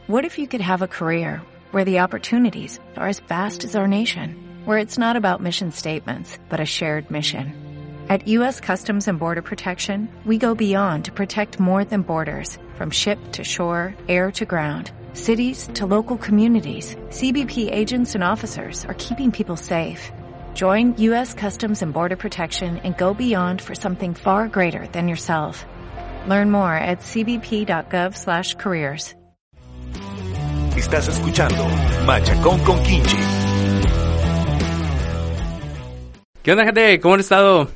What if you could have a career where the opportunities are as vast as our nation, where it's not about mission statements, but a shared mission? At U.S. Customs and Border Protection, we go beyond to protect more than borders. From ship to shore, air to ground, cities to local communities, CBP agents and officers are keeping people safe. Join U.S. Customs and Border Protection and go beyond for something far greater than yourself. Learn more at cbp.gov/careers. Estás escuchando Machacón con Kinchi. ¿Qué onda, gente? ¿Cómo han estado?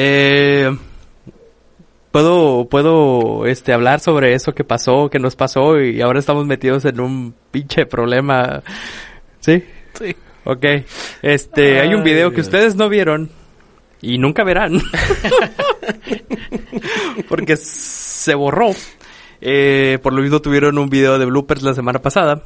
Puedo hablar sobre eso que pasó, que nos pasó y ahora estamos metidos en un pinche problema. ¿Sí? Sí. Ok. Hay un video que ustedes no vieron y nunca verán. Porque se borró. Por lo mismo tuvieron un video de bloopers la semana pasada.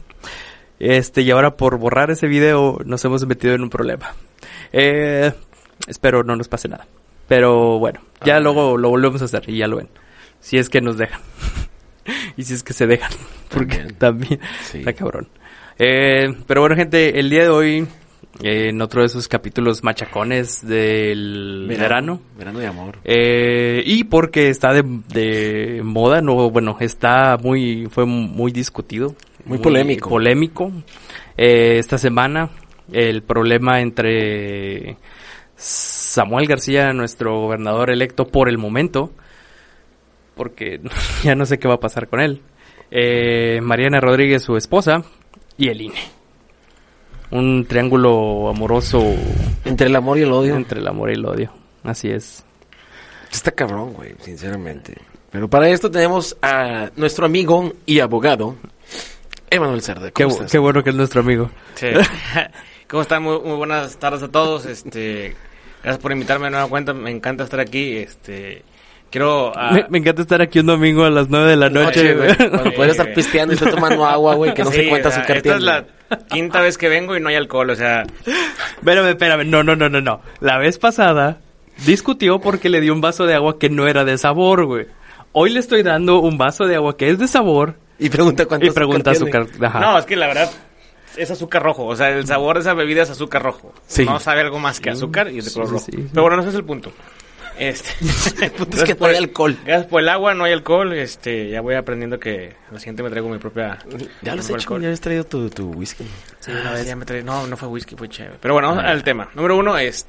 Y ahora por borrar ese video nos hemos metido en un problema. Espero no nos pase nada. Pero bueno, ya luego lo volvemos a hacer y ya lo ven. Si es que nos dejan. Y si es que se dejan. Porque también sí. Está cabrón. Pero bueno, gente, el día de hoy, en otro de esos capítulos machacones del verano. Verano de amor. Y porque está de moda, no, bueno, fue muy discutido. Muy polémico. Esta semana, el problema entre Samuel García, nuestro gobernador electo por el momento, porque ya no sé qué va a pasar con él, Mariana Rodríguez, su esposa, y el INE. Un triángulo amoroso. Entre el amor y el odio. Entre el amor y el odio, así es. Está cabrón, güey, sinceramente. Pero para esto tenemos a nuestro amigo y abogado, Emanuel Cerda. Qué bueno que es nuestro amigo. Sí. ¿Cómo están? Muy buenas tardes a todos. Gracias por invitarme de nueva cuenta. Me encanta estar aquí. Quiero... Me encanta estar aquí un domingo a las 9 de la noche, güey. Cuando puedes estar pisteando y estar tomando agua, güey, que no se cuenta su cartilla. Esta es la quinta vez que vengo y no hay alcohol, o sea... Espérame. No. La vez pasada discutió porque le dio un vaso de agua que no era de sabor, güey. Hoy le estoy dando un vaso de agua que es de sabor. Y pregunta cuánto azúcar. Ajá. No, es que la verdad... Es azúcar rojo, o sea, el sabor de esa bebida es azúcar rojo. Sí. No sabe algo más que azúcar y es de color rojo. Sí. Pero bueno, ese es el punto. El punto es que no hay alcohol. Gracias por el agua, no hay alcohol. Ya voy aprendiendo que la siguiente me traigo mi propia... Ya lo has hecho, ya habías traído tu whisky. Sí, una vez. Ya me traí... No fue whisky, fue chévere. Pero bueno, vamos al tema. Número uno, pues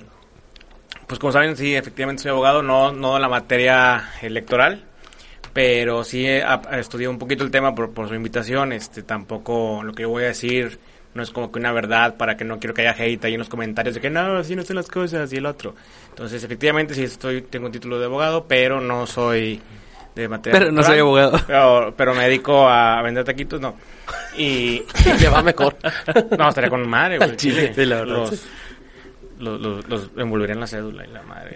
como saben, sí, efectivamente soy abogado, no en la materia electoral. Pero sí estudié un poquito el tema por su invitación. Tampoco lo que yo voy a decir no es como que una verdad, para que no quiero que haya hate ahí en los comentarios de que no, así no son las cosas y el otro. Entonces, efectivamente, sí tengo un título de abogado, pero no soy de materia electoral. Pero no soy abogado. Pero me dedico a vender taquitos, no. Y le va mejor. No, estaría con madre, güey. Chile. Sí, la verdad. Los envolvería en la cédula y la madre.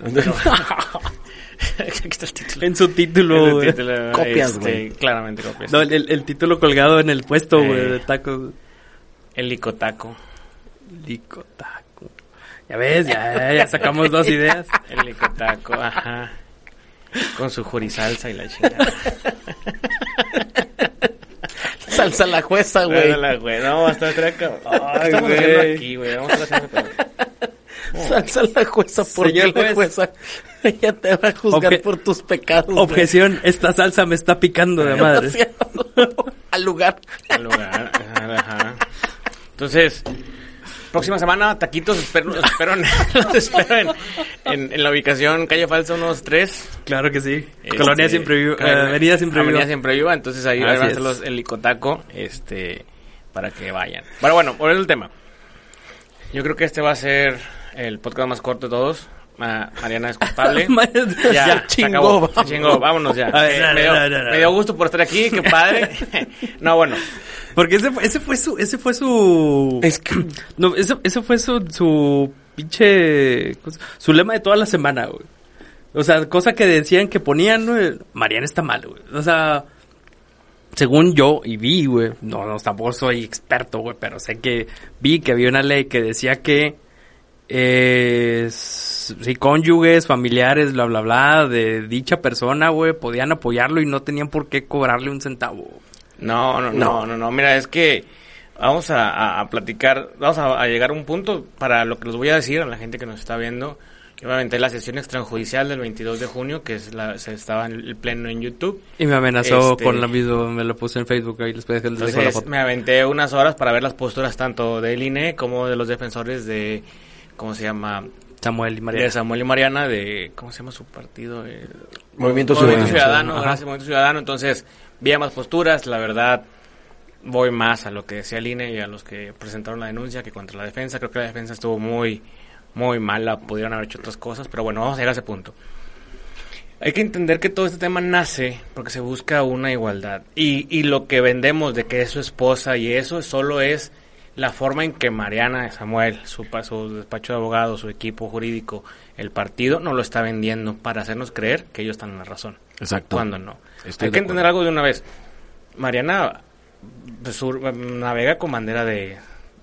Aquí está el título. En su título, güey. Copias, güey. Claramente copias. No, el título colgado en el puesto, güey, de tacos. El licotaco. Licotaco. Ya ves, ya sacamos dos ideas. El licotaco, ajá. Con su jurisalsa y la chingada. Salsa la jueza, güey. Salsa la jueza. No, hasta acá. Ay, estamos haciendo aquí, güey. Vamos a hacer Salsa la jueza, ¿por qué la jueza? Ella te va a juzgar por tus pecados. Objeción, güey. Esta salsa me está picando de madre. Al lugar. Ajá. Entonces, próxima semana, taquitos, los espero en la ubicación Calle Falsa 123. Claro que sí. Colonia Siempre Viva. Avenida Siempre Viva. Avenida Siempre Viva, entonces ahí van a hacer el licotaco, para que vayan. Bueno, volviendo al tema. Yo creo que este va a ser el podcast más corto de todos. Mariana es culpable. Ya chingó. Se chingó, vámonos ya. Me dio gusto por estar aquí, qué padre. No, bueno. Porque ese fue su pinche, su lema de toda la semana, güey. O sea, cosa que decían que ponían, güey, Mariana está mal, güey. O sea, según yo y vi, güey, no tampoco soy experto, güey, pero sé que vi que había una ley que decía que si cónyuges, familiares, bla, bla, bla, de dicha persona, güey, podían apoyarlo y no tenían por qué cobrarle un centavo. No. Mira, es que vamos a platicar, vamos a llegar a un punto para lo que les voy a decir a la gente que nos está viendo. Que obviamente la sesión extrajudicial del 22 de junio, que se estaba en el pleno en YouTube. Y me amenazó con la misma, me lo puse en Facebook, ahí les dejo la foto. Me aventé unas horas para ver las posturas tanto del INE como de los defensores de, ¿cómo se llama? Samuel y Mariana. De Samuel y Mariana, de, ¿cómo se llama su partido? Movimiento Ciudadano. Ajá. Gracias, Movimiento Ciudadano. Entonces, vi ambas posturas, la verdad, voy más a lo que decía el INE y a los que presentaron la denuncia que contra la defensa. Creo que la defensa estuvo muy mala, pudieron haber hecho otras cosas, pero bueno, vamos a llegar a ese punto. Hay que entender que todo este tema nace porque se busca una igualdad. Y lo que vendemos de que es su esposa y eso solo es la forma en que Mariana, Samuel, su despacho de abogados, su equipo jurídico, el partido, nos lo está vendiendo para hacernos creer que ellos están en la razón. Exacto. Cuando no. Hay que entender algo de una vez. Mariana navega con bandera de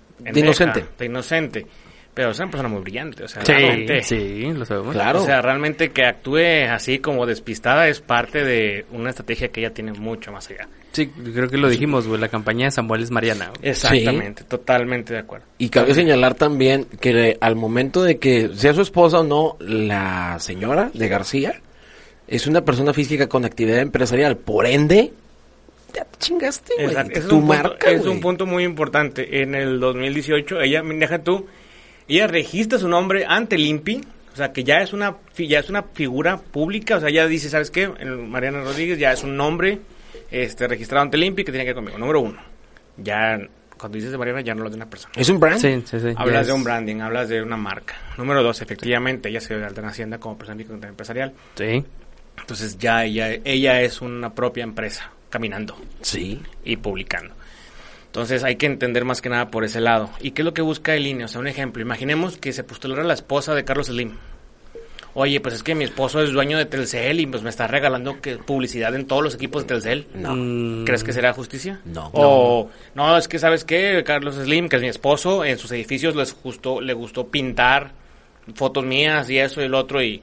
inocente. Pero es una persona muy brillante, o sea, sí, lo sabemos. Claro. O sea, realmente que actúe así como despistada es parte de una estrategia que ella tiene mucho más allá. Sí, creo que lo dijimos, güey, la campaña de Samuel es Mariana. Güey. Exactamente, totalmente de acuerdo. Y cabe señalar también que al momento de que sea su esposa o no, la señora de García es una persona física con actividad empresarial, por ende, ya te chingaste, güey. Es un punto muy importante. En el 2018, ella, deja tú, ella registra su nombre ante el INPI, o sea, que ya es una figura pública, o sea, ella dice, ¿sabes qué? Mariana Rodríguez ya es un nombre registrado ante el INPI que tiene que ver conmigo. Número uno, ya cuando dices de Mariana ya no lo de una persona. ¿Es un brand? Sí. Hablas de un branding, hablas de una marca. Número dos, efectivamente, ella se ve de alta en Hacienda como persona empresarial. Sí. Entonces ya ella es una propia empresa, caminando. Sí. Y publicando. Entonces hay que entender más que nada por ese lado. ¿Y qué es lo que busca el INE? O sea, un ejemplo. Imaginemos que se postulara la esposa de Carlos Slim. Oye, pues es que mi esposo es dueño de Telcel y pues me está regalando publicidad en todos los equipos de Telcel. No. ¿Crees que será justicia? No. O no, es que ¿sabes qué? Carlos Slim, que es mi esposo, en sus edificios le gustó pintar fotos mías y eso y el otro y...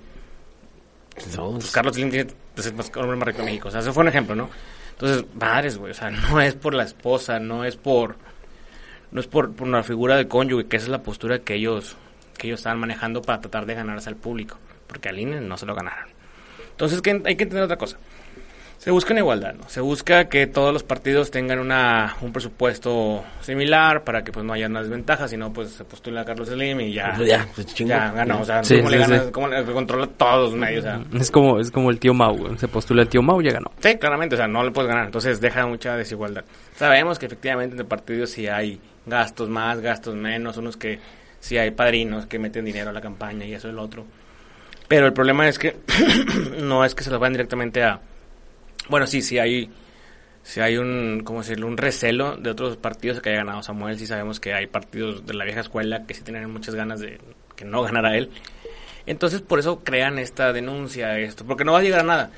Pues Carlos Slim es el hombre más rico de México. O sea, ese fue un ejemplo, ¿no? Entonces, madres, güey, o sea, no es por la esposa, no es por una figura de cónyuge, que esa es la postura que ellos estaban manejando para tratar de ganarse al público, porque al INE no se lo ganaron. Entonces, hay que entender otra cosa. Se busca una igualdad, ¿no? Se busca que todos los partidos tengan un presupuesto similar para que pues no haya una desventaja, sino pues se postula a Carlos Slim y ya ganó, o sea, ¿cómo le ganas? ¿Cómo le controla todos los medios? O sea, es como el tío Mau, güey. Se postula el tío Mau y ya ganó. Sí, claramente, o sea, no le puedes ganar, entonces deja mucha desigualdad. Sabemos que efectivamente entre partidos sí hay gastos más, gastos menos, unos que sí hay padrinos que meten dinero a la campaña y eso y el otro. Pero el problema es que no es que se los van directamente a... Bueno, sí hay un, ¿cómo decirlo? Un recelo de otros partidos que haya ganado Samuel. Sí sabemos que hay partidos de la vieja escuela que sí tienen muchas ganas de que no ganara él. Entonces, por eso crean esta denuncia, porque no va a llegar a nada.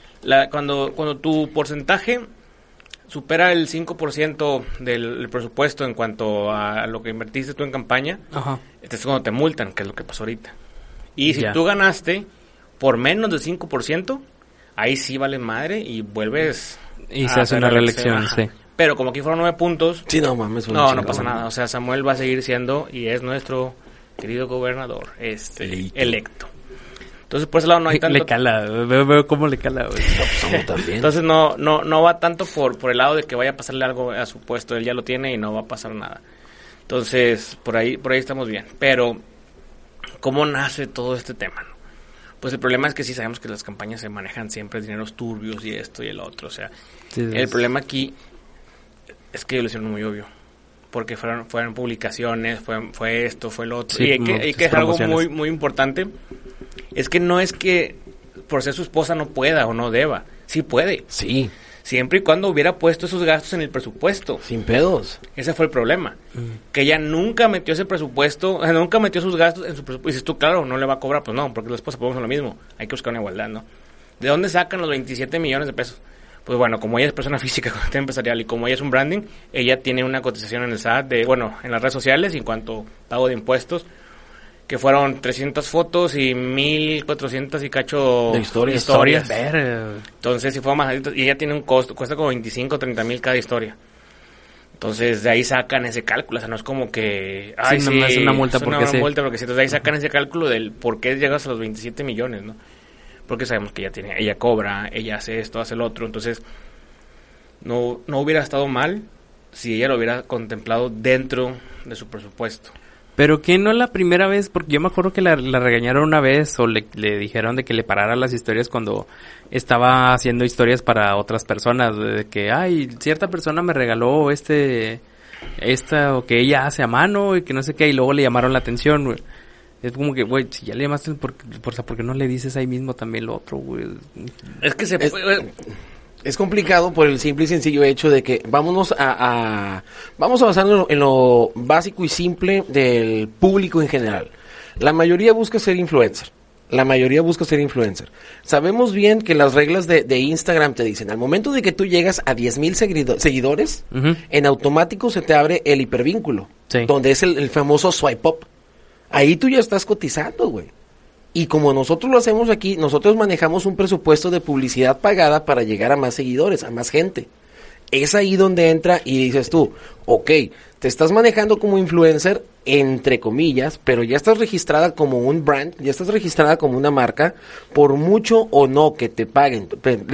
Cuando tu porcentaje supera el 5% del presupuesto en cuanto a lo que invertiste tú en campaña, Ajá. Es cuando te multan, que es lo que pasó ahorita. Y si tú ganaste por menos del 5%, ahí sí vale madre y vuelves... Y se hace una reelección, sí. Pero como aquí fueron 9 puntos... Sí, no mames. No pasa nada. O sea, Samuel va a seguir siendo y es nuestro querido gobernador electo. Entonces, por ese lado no hay tanto... Le cala, veo cómo le cala, güey. También. Entonces, no va tanto por el lado de que vaya a pasarle algo a su puesto. Él ya lo tiene y no va a pasar nada. Entonces, por ahí estamos bien. Pero, ¿cómo nace todo este tema, no? Pues el problema es que sí sabemos que las campañas se manejan siempre dineros turbios y esto y el otro. O sea, el problema aquí es que lo hicieron muy obvio. Porque fueron publicaciones, fue esto, fue lo otro. Sí, y hay que dejar algo muy, muy importante. Es que no es que por ser su esposa no pueda o no deba. Sí puede. Sí. Siempre y cuando hubiera puesto esos gastos en el presupuesto. Sin pedos. Ese fue el problema. Que ella nunca metió ese presupuesto, nunca metió sus gastos en su presupuesto. Y dices tú, claro, no le va a cobrar. Pues no, porque la esposa podemos hacer lo mismo. Hay que buscar una igualdad, ¿no? ¿De dónde sacan los 27 millones de pesos? Pues bueno, como ella es persona física con actividad empresarial y como ella es un branding, ella tiene una cotización en el SAT en las redes sociales en cuanto a pago de impuestos. que fueron 300 fotos y 1400 y cacho de historias. Entonces, si fue más alto, y ella tiene un costo, cuesta como 25 o 30 mil cada historia. Entonces, de ahí sacan ese cálculo, o sea, no es como que... Ay, sí, no es una multa porque sí. Multa porque sí. Entonces, de ahí sacan ese cálculo del por qué llegas a los 27 millones, ¿no? Porque sabemos que ella cobra, ella hace esto, hace lo otro, entonces no hubiera estado mal si ella lo hubiera contemplado dentro de su presupuesto. Pero que no la primera vez, porque yo me acuerdo que la regañaron una vez o le dijeron de que le parara las historias cuando estaba haciendo historias para otras personas, de que, ay, cierta persona me regaló esta o que ella hace a mano y que no sé qué, y luego le llamaron la atención, güey. Es como que, güey, si ya le llamaste, ¿por qué no le dices ahí mismo también lo otro, güey? Es que es complicado por el simple y sencillo hecho de que vamos a basarnos en lo básico y simple del público en general. La mayoría busca ser influencer. Sabemos bien que las reglas de Instagram te dicen, al momento de que tú llegas a 10,000 seguidores, en automático se te abre el hipervínculo, donde es el famoso swipe up. Ahí tú ya estás cotizando, güey. Y como nosotros lo hacemos aquí, nosotros manejamos un presupuesto de publicidad pagada para llegar a más seguidores, a más gente. Es ahí donde entra y dices tú, ok, te estás manejando como influencer, entre comillas, pero ya estás registrada como un brand, ya estás registrada como una marca, por mucho o no que te paguen,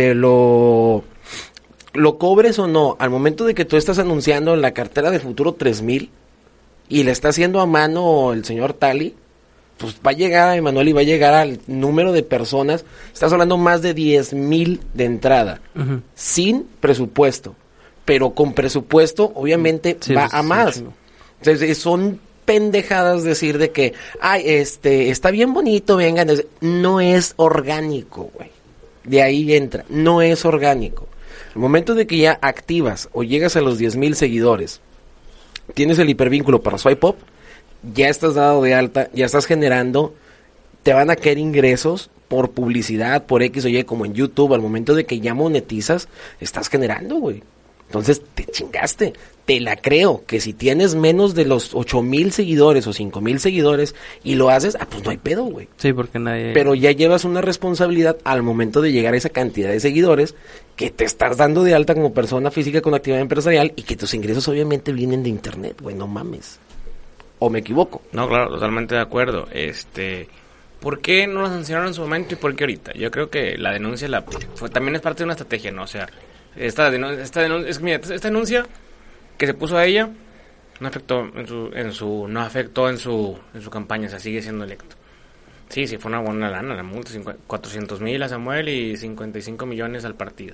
lo cobres o no, al momento de que tú estás anunciando en la cartera de Futuro 3000 y le está haciendo a mano el señor Tali, pues va a llegar a Emanuel y va a llegar al número de personas. Estás hablando más de 10,000 de entrada, sin presupuesto, pero con presupuesto obviamente va a más. Sí. Entonces, son pendejadas decir de que, ay, está bien bonito, vengan. No es orgánico, güey. De ahí entra, no es orgánico. El momento de que ya activas o llegas a los 10,000 seguidores, tienes el hipervínculo para Swipe Up, ya estás dado de alta, ya estás generando, te van a caer ingresos por publicidad, por X o Y, como en YouTube. Al momento de que ya monetizas, estás generando, güey. Entonces, te chingaste. Te la creo, que si tienes menos de los 8,000 seguidores o 5,000 seguidores y lo haces, pues no hay pedo, güey. Sí, porque nadie... Pero ya llevas una responsabilidad al momento de llegar a esa cantidad de seguidores que te estás dando de alta como persona física con actividad empresarial y que tus ingresos obviamente vienen de internet, güey, no mames. ¿O me equivoco? No, claro, totalmente de acuerdo. ¿Por qué no lo sancionaron en su momento y por qué ahorita? Yo creo que la denuncia también es parte de una estrategia, ¿no? O sea, esta denuncia que se puso a ella no afectó no afectó en su campaña, o sea, sigue siendo electo. Sí, fue una buena lana, la multa, 400,000 a Samuel y 55 millones al partido.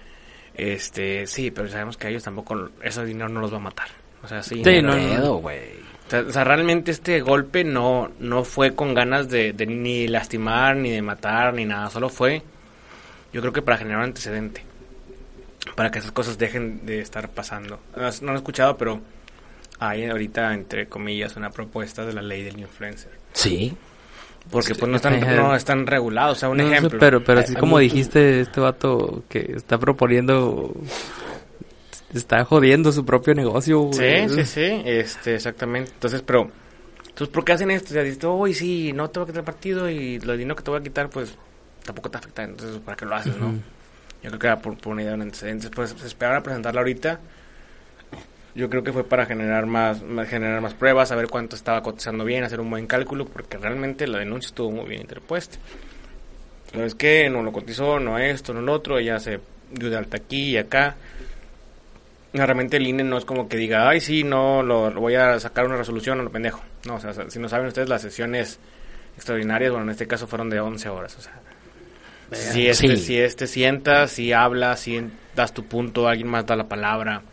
Sí, pero sabemos que a ellos tampoco ese dinero no los va a matar. O sea, sí, no, güey. O sea, realmente este golpe no fue con ganas de ni lastimar, ni de matar, ni nada. Solo fue, yo creo que para generar un antecedente. Para que esas cosas dejen de estar pasando. No lo he escuchado, pero hay ahorita, entre comillas, una propuesta de la ley del influencer. Sí. Porque pues no están regulados. O sea, un ejemplo. Pero así como dijiste, este vato que está proponiendo... Está jodiendo su propio negocio, güey. Sí, exactamente. Entonces, ¿por qué hacen esto? O sea, dices, sí, no te voy a quitar el partido y los dinero que te voy a quitar, pues, tampoco te afecta. Entonces, ¿para qué lo haces, no? Yo creo que era por una idea de un antecedente. Pues, se esperaron a presentarla ahorita. Yo creo que fue para generar más pruebas, saber cuánto estaba cotizando bien, hacer un buen cálculo, porque realmente la denuncia estuvo muy bien interpuesta. Pero es que no lo cotizó, no esto, no lo otro, ella se dio de alta aquí y acá. Realmente el INE no es como que diga, ay, sí, no, lo voy a sacar una resolución a lo pendejo. No, o sea, si no saben ustedes, las sesiones extraordinarias, bueno, en este caso fueron de 11 horas, o sea. Si sientas, si hablas, si das tu punto, alguien más da la palabra.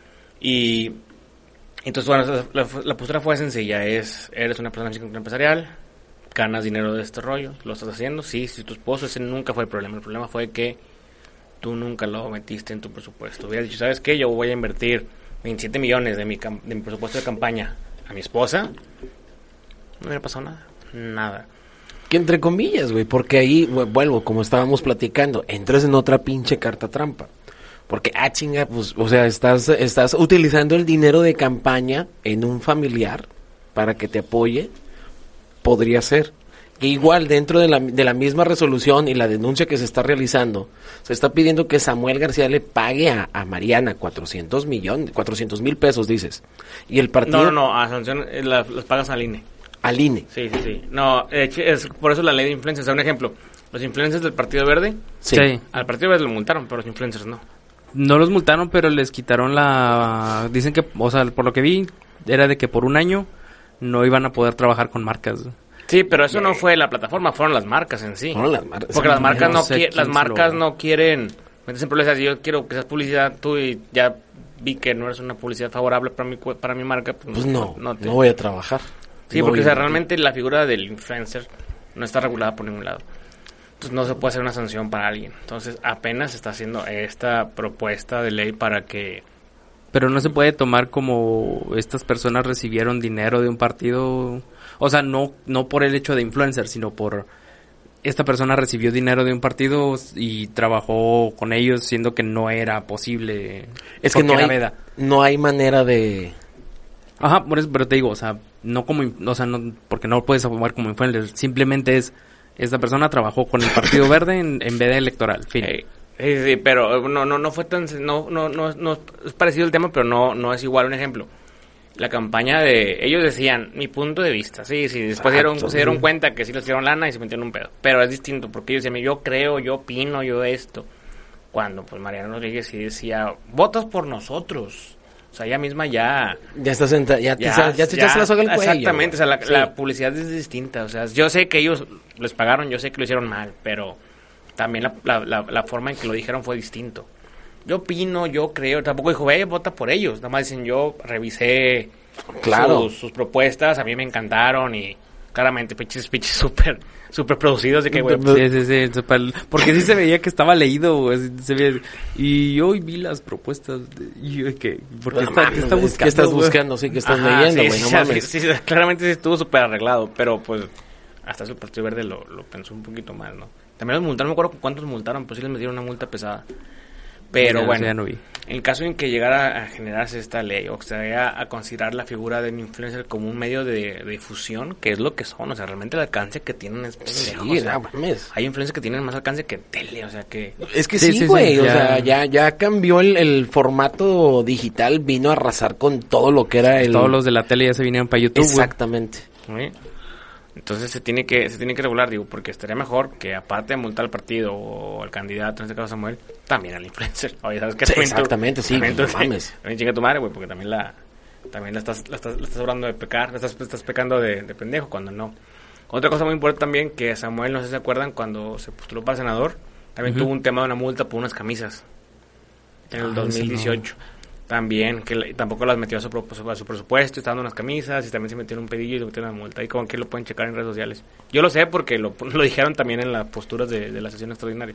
Y entonces, bueno, la postura fue sencilla, eres una persona física empresarial, ganas dinero de este rollo, lo estás haciendo, sí, si tu esposo, ese nunca fue el problema fue que tú nunca lo metiste en tu presupuesto. Hubieras dicho, ¿sabes qué? Yo voy a invertir 27 millones de mi presupuesto de campaña a mi esposa. No hubiera pasado nada. Que entre comillas, güey, porque ahí, vuelvo, como estábamos platicando, entras en otra pinche carta trampa. Porque, chinga, pues, o sea, estás utilizando el dinero de campaña en un familiar para que te apoye. podría ser. Que igual dentro de la misma resolución y la denuncia que se está realizando, se está pidiendo que Samuel García le pague a Mariana 400,000 pesos, dices. Y el partido... No, a sanción las pagas al INE. Al INE. Sí. No, es por eso la ley de influencers. O sea, un ejemplo, los influencers del Partido Verde, Sí. al Partido Verde lo multaron, pero los influencers no. No los multaron, pero les quitaron dicen que, o sea, por lo que vi, era de que por un año no iban a poder trabajar con marcas. Sí, pero eso no fue la plataforma, fueron las marcas en sí. Fueron las marcas. Porque las marcas no sé las quién marcas se lo- no quieren meterse en problemas. Si yo quiero que seas publicidad tú y ya vi que no eres una publicidad favorable para mi marca, Pues no te- voy a trabajar. Sí, No porque voy o sea, a- realmente la figura del influencer no está regulada por ningún lado. Entonces no se puede hacer una sanción para alguien. Entonces apenas se está haciendo esta propuesta de ley para que... Pero no se puede tomar como estas personas recibieron dinero de un partido, o sea, no por el hecho de influencer, sino por esta persona recibió dinero de un partido y trabajó con ellos, siendo que no era posible. Es que porque no era hay, veda. no hay manera de... Ajá, por eso, pero te digo, o sea, no porque no puedes tomar como influencer, simplemente esta persona trabajó con el Partido Verde en veda electoral, fin. Sí, pero no fue tan... No, es parecido el tema, pero no es igual. Un ejemplo, la campaña de... Ellos decían, mi punto de vista, sí, después Exacto, se dieron sí. cuenta que sí les dieron lana y se metieron un pedo. Pero es distinto, porque ellos decían, yo creo, yo opino, yo esto. Cuando, pues, Mariano Rodríguez sí decía, votas por nosotros. O sea, ella misma ya Ya te echaste la soga al cuello. exactamente, o sea, Sí. la publicidad es distinta. O sea, yo sé que ellos les pagaron, yo sé que lo hicieron mal, pero también la forma en que lo dijeron fue distinto. Yo opino, yo creo, tampoco dijo, vota por ellos. Nada más dicen, yo revisé Claro. sus propuestas, a mí me encantaron y claramente pinches súper producidos de que, güey, Sí, porque sí se veía que estaba leído, güey, se veía, y hoy vi las propuestas, y yo, ¿qué? Porque No ¿qué mames, está buscando? ¿Qué estás güey? buscando? Sí, que estás Ajá, leyendo, sí, güey, no sí, mames. sí, claramente sí estuvo súper arreglado, pero pues hasta el Partido Verde lo pensó un poquito mal, ¿no? También los multaron, no me acuerdo cuántos multaron, pues sí les metieron una multa pesada. Pero Ya, bueno, ya no vi. en el caso en que llegara a generarse esta ley o que se vaya a considerar la figura de un influencer como un medio de difusión, que es lo que son, o sea, realmente el alcance que tienen es pendejo, Sí, o sea, no mames. hay influencers que tienen más alcance que tele, o sea que... Es que Sí, sí, sí, güey, sí, o ya. sea, ya cambió el formato digital, vino a arrasar con todo lo que era el... Todos los de la tele ya se vinieron para YouTube, güey. Exactamente. ¿sí? Entonces se tiene que regular, digo, porque estaría mejor que aparte de multar al partido o al candidato, en este caso Samuel, también al influencer. Oye, ¿sabes qué? Sí, También tú- exactamente, sí, también tú- no mames. También chinga tu madre, güey, porque también la estás hablando de pecar, estás pecando de pendejo cuando no. Otra cosa muy importante también, que Samuel, no sé si se acuerdan, cuando se postuló para senador, también tuvo un tema de una multa por unas camisas en el 2018. También, que tampoco las metió a su presupuesto, estaban unas camisas y también se metieron un pedillo y se metieron una multa. Y como que lo pueden checar en redes sociales. Yo lo sé porque lo dijeron también en las posturas de la sesión extraordinaria.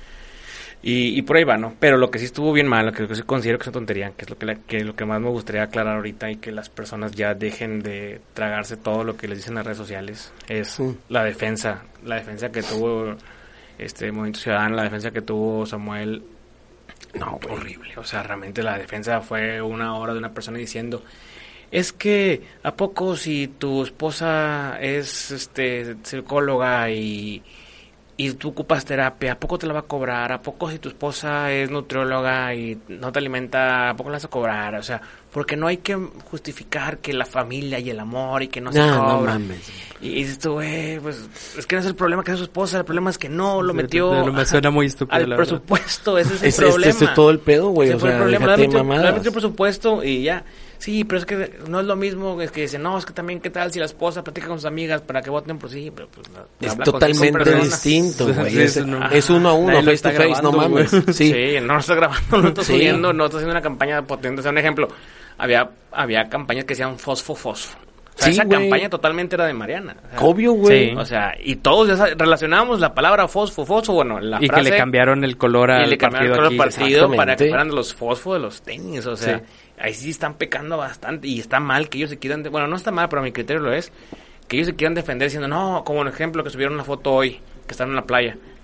Y por ahí va, ¿no? Pero lo que sí estuvo bien mal, lo que sí considero que es una tontería, que es lo que más me gustaría aclarar ahorita y que las personas ya dejen de tragarse todo lo que les dicen en las redes sociales, es la defensa que tuvo Movimiento Ciudadano, la defensa que tuvo Samuel. No, horrible. O sea, realmente la defensa fue una hora de una persona diciendo, es que ¿a poco si tu esposa es psicóloga y tú ocupas terapia, ¿a poco te la va a cobrar? ¿A poco si tu esposa es nutrióloga y no te alimenta, ¿a poco la vas a cobrar? O sea, porque no hay que justificar que la familia y el amor y que no se No cobra. mames. Y dices tú, pues es que no es el problema que es su esposa, el problema es que no lo metió No me suena muy estúpido, al la verdad. presupuesto, ese es el problema. Este es todo el pedo, güey, Ese o fue el sea, problema, déjate le metió mamadas. el presupuesto y ya. Sí, pero es que no es lo mismo, es que dicen, no, es que también, ¿qué tal si la esposa platica con sus amigas para que voten por sí? Pero pues Es habla con totalmente personas. distinto, güey. Sí, Es, eso no. es uno a uno, Nadie lo face to está face, no grabando, mames. güey. Sí. Sí, no lo estás grabando, no lo estás Sí. subiendo, no estás haciendo una campaña potente. O sea, un ejemplo, había campañas que decían fosfo. O sea, Sí, esa güey. campaña totalmente era de Mariana. O sea, Obvio, güey. Sí. o sea, y todos ya relacionábamos la palabra fosfo, bueno, la Y frase... que le cambiaron el color Y al le cambiaron el color al partido aquí. partido para que Exactamente. fueran de los fosfos de los tenis, o sea, Sí. ahí sí están pecando bastante y está mal que ellos se quieran, bueno, no está mal, pero a mi criterio lo es, que ellos se quieran defender diciendo, no, como un ejemplo que subieron una foto hoy, que están en la playa,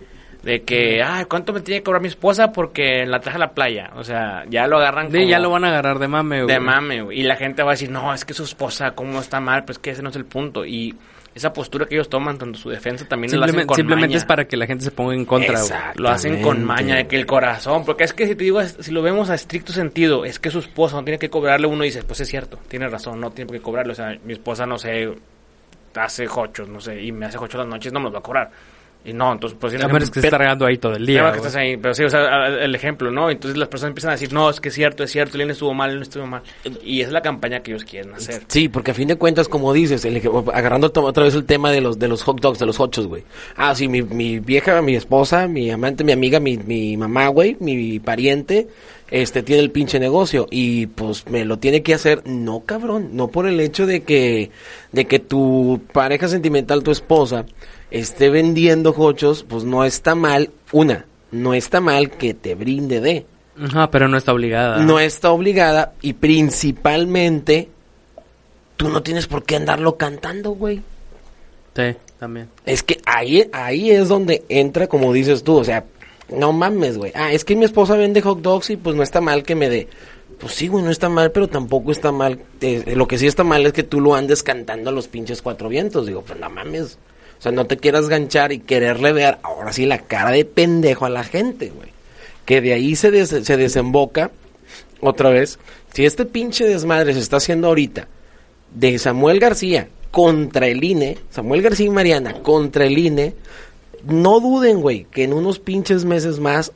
De que, ¿cuánto me tiene que cobrar mi esposa porque la traje a la playa? O sea, ya lo agarran como... ya lo van a agarrar de mame, güey. De mame, güey. Y la gente va a decir, no, es que su esposa, ¿cómo está mal? Pues que ese no es el punto. Y esa postura que ellos toman, tanto su defensa, también lo hacen con simplemente maña. es para que la gente se ponga en contra, güey. Lo hacen con maña, de que el corazón... Porque es que si te digo, si lo vemos a estricto sentido, es que su esposa no tiene que cobrarle, uno dice, pues es cierto, tiene razón, no tiene que cobrarle. O sea, mi esposa, no sé, hace jochos, no sé, y me hace jochos las noches, no me los va a cobrar. Y no, entonces... pues a menos que se está regando ahí todo el día, que estás ahí, pero sí, o sea, el ejemplo, ¿no? Entonces las personas empiezan a decir, no, es que es cierto, él estuvo mal, él no estuvo mal. Y esa es la campaña que ellos quieren hacer. Sí, porque a fin de cuentas, como dices, agarrando otra vez el tema de los hot dogs, de los hochos, güey. Sí, mi vieja, mi esposa, mi amante, mi amiga, mi mamá, güey, mi pariente, tiene el pinche negocio. Y pues me lo tiene que hacer, no cabrón, no por el hecho de que tu pareja sentimental, tu esposa, esté vendiendo hochos, pues no está mal, no está mal que te brinde de. Ajá, pero no está obligada. No está obligada y principalmente tú no tienes por qué andarlo cantando, güey. Sí, también. Es que ahí es donde entra, como dices tú, o sea, no mames, güey. Es que mi esposa vende hot dogs y pues no está mal que me dé. Pues sí, güey, no está mal, pero tampoco está mal. Lo que sí está mal es que tú lo andes cantando a los pinches cuatro vientos. Digo, pues no mames. O sea, no te quieras ganchar y quererle ver ahora sí la cara de pendejo a la gente, güey. Que de ahí se desemboca otra vez. Si este pinche desmadre se está haciendo ahorita de Samuel García contra el INE, Samuel García y Mariana contra el INE, no duden, güey, que en unos pinches meses más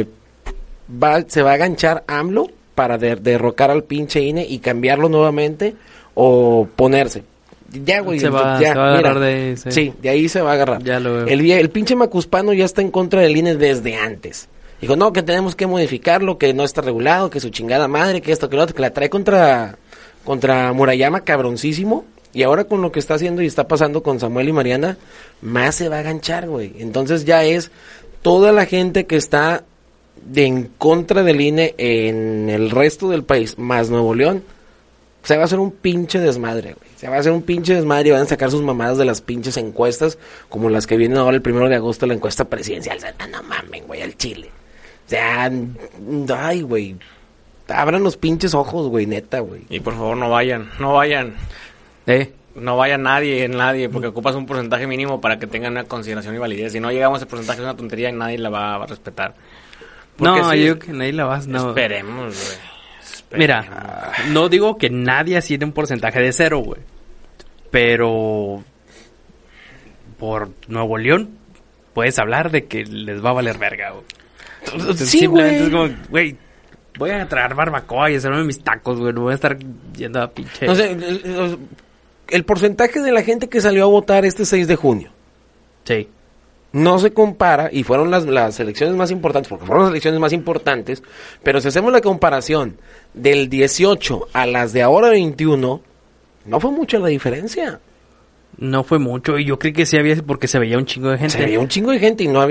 se va a ganchar AMLO para derrocar al pinche INE y cambiarlo nuevamente o ponerse. Ya, güey, se va a agarrar de... Sí, de ahí se va a agarrar. Ya lo veo. El pinche Macuspano ya está en contra del INE desde antes. Dijo, no, que tenemos que modificarlo, que no está regulado, que su chingada madre, que esto, que lo otro, que la trae contra Murayama cabroncísimo. Y ahora con lo que está haciendo y está pasando con Samuel y Mariana, más se va a ganchar, güey. Entonces ya es toda la gente que está en contra del INE en el resto del país, más Nuevo León. Se va a hacer un pinche desmadre, güey. Se va a hacer un pinche desmadre y van a sacar sus mamadas de las pinches encuestas, como las que vienen ahora el 1 de agosto, la encuesta presidencial. O sea, no mamen, güey, al Chile. O sea, ay, güey. Abran los pinches ojos, güey, neta, güey. Y por favor, no vayan. No vaya nadie, porque ocupas un porcentaje mínimo para que tengan una consideración y validez. Si no llegamos a ese porcentaje, es una tontería y nadie la va a respetar. Porque no, yo digo que nadie la va a... No. Esperemos, güey. Mira, no digo que nadie así de un porcentaje de 0, güey. Pero por Nuevo León puedes hablar de que les va a valer verga, güey. Entonces, sí, simplemente güey. es como, güey, voy a traer barbacoa y hacerme mis tacos, güey. No voy a estar yendo a pinche... No sé, el porcentaje de la gente que salió a votar este 6 de junio. Sí. No se compara, y fueron las elecciones más importantes, porque fueron las elecciones más importantes, pero si hacemos la comparación del 18 a las de ahora 21, no fue mucha la diferencia. No fue mucho, y yo creo que sí había, porque se veía un chingo de gente. Se veía un chingo de gente y no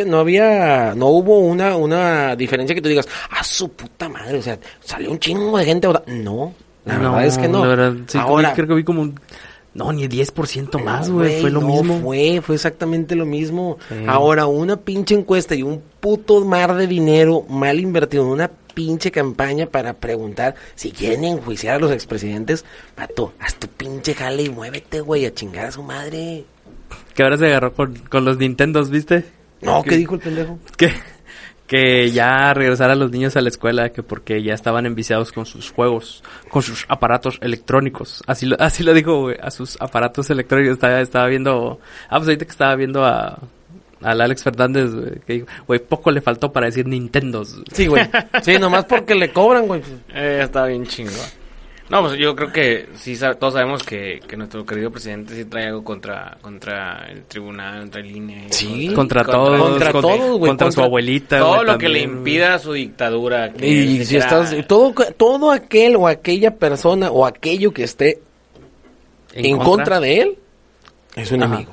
hubo una diferencia que tú digas, su puta madre, o sea, salió un chingo de gente. No, la verdad es que no. La verdad, sí, ahora, creo que vi como no, ni 10% más, güey, fue lo mismo. Fue exactamente lo mismo. Sí. Ahora, una pinche encuesta y un puto mar de dinero mal invertido en una pinche campaña para preguntar si quieren enjuiciar a los expresidentes, vato, haz tu pinche jale y muévete, güey, a chingar a su madre. Que ahora se agarró con los Nintendos, ¿viste? No, ¿qué dijo el pendejo? Que ya regresara a los niños a la escuela, que porque ya estaban enviciados con sus juegos, con sus aparatos electrónicos. Así lo dijo, güey, a sus aparatos electrónicos. Estaba viendo, pues ahorita que estaba viendo al Alex Fernández, güey, que dijo, güey, poco le faltó para decir Nintendos. Sí, güey. Sí, nomás porque le cobran, güey. Está bien chingón. No, pues yo creo que sí, todos sabemos que nuestro querido presidente sí trae algo contra el tribunal, contra el INE. Sí, contra todos, güey. Contra su abuelita. Todo güey, lo también, que le impida su dictadura. Y si estás, todo aquel o aquella persona o aquello que esté en contra de él, es un amigo.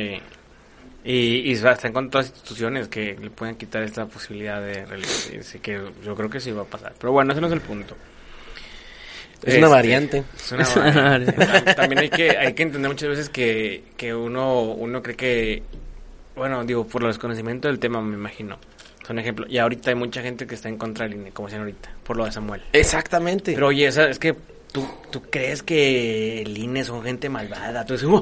Y está en contra de las instituciones que le pueden quitar esta posibilidad de reelegirse, que yo creo que sí va a pasar. Pero bueno, ese no es el punto. Es una variante. Es una variante. También hay que entender muchas veces que uno cree que bueno, digo, por el desconocimiento del tema, me imagino. Son ejemplo. Y ahorita hay mucha gente que está en contra del INE, como decían ahorita, por lo de Samuel. Exactamente. Pero oye, es que tú crees que el INE son gente malvada. Tú dices,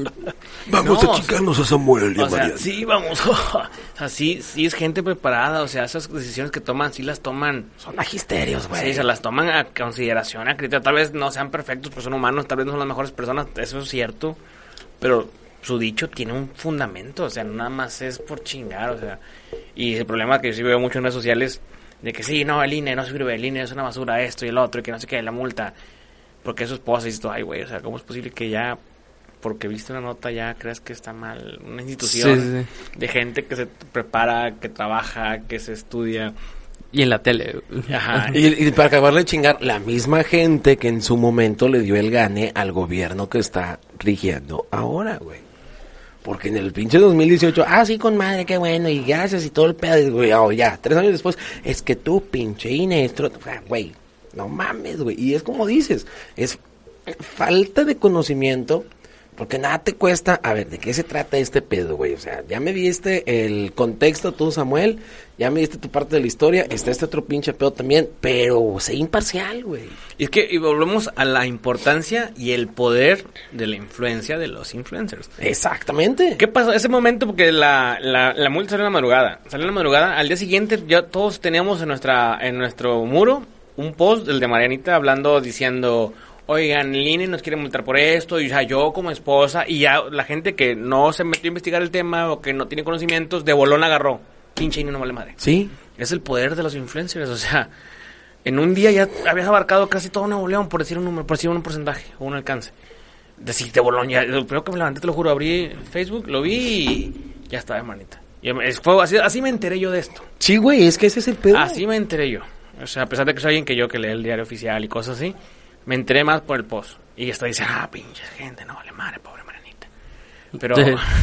Vamos no, a chingarnos a Samuel y a o sea, Mariana. sí, vamos. O sea, sí es gente preparada. O sea, esas decisiones que toman, sí las toman. Son magisterios, güey. Sí, se las toman a consideración, a criterio. Tal vez no sean perfectos, pero son humanos. Tal vez no son las mejores personas. Eso es cierto. Pero su dicho tiene un fundamento. O sea, no nada más es por chingar. O sea, y el problema que yo sí veo mucho en redes sociales, de que sí, no, el INE no sirve, el INE es una basura, esto y el otro, y que no sé qué, la multa. Porque eso es esposa y esto, ay, güey, o sea, ¿cómo es posible que ya, porque viste una nota, ya creas que está mal? Una institución de gente que se prepara, que trabaja, que se estudia. Y en la tele. Ajá. Y para acabarle de chingar, la misma gente que en su momento le dio el gane al gobierno que está rigiendo ahora, güey. Porque en el pinche 2018, sí, con madre, qué bueno, y gracias y todo el pedo, güey, ya, 3 años después, es que tú, pinche Inestro, güey, no mames, güey, y es como dices, es falta de conocimiento, porque nada te cuesta, a ver, ¿de qué se trata este pedo, güey? O sea, ya me diste el contexto tú, Samuel, ya me diste tu parte de la historia, está este otro pinche pedo también, pero sé imparcial, güey. Y es que y volvemos a la importancia y el poder de la influencia de los influencers. Exactamente. ¿Qué pasó? Ese momento, porque la multa salió en la madrugada. Salió en la madrugada, al día siguiente ya todos teníamos en nuestro muro un post, el de Marianita, diciendo... Oigan, el INE nos quiere multar por esto, y o sea, yo como esposa, y ya la gente que no se metió a investigar el tema o que no tiene conocimientos, de bolón agarró. Pinche INE no vale madre. Sí. Es el poder de los influencers, o sea, en un día ya habías abarcado casi todo Nuevo León, por decir un número, por decir un porcentaje o un alcance. Decir de bolón, ya, lo primero que me levanté, te lo juro, abrí Facebook, lo vi y ya estaba, hermanita. Y fue así me enteré yo de esto. Sí, güey, es que ese es el pedo. Así me enteré yo. O sea, a pesar de que soy alguien que lee el diario oficial y cosas así, me enteré más por el post. Y hasta dice, pinche gente, no vale madre, pobre Marianita. Pero,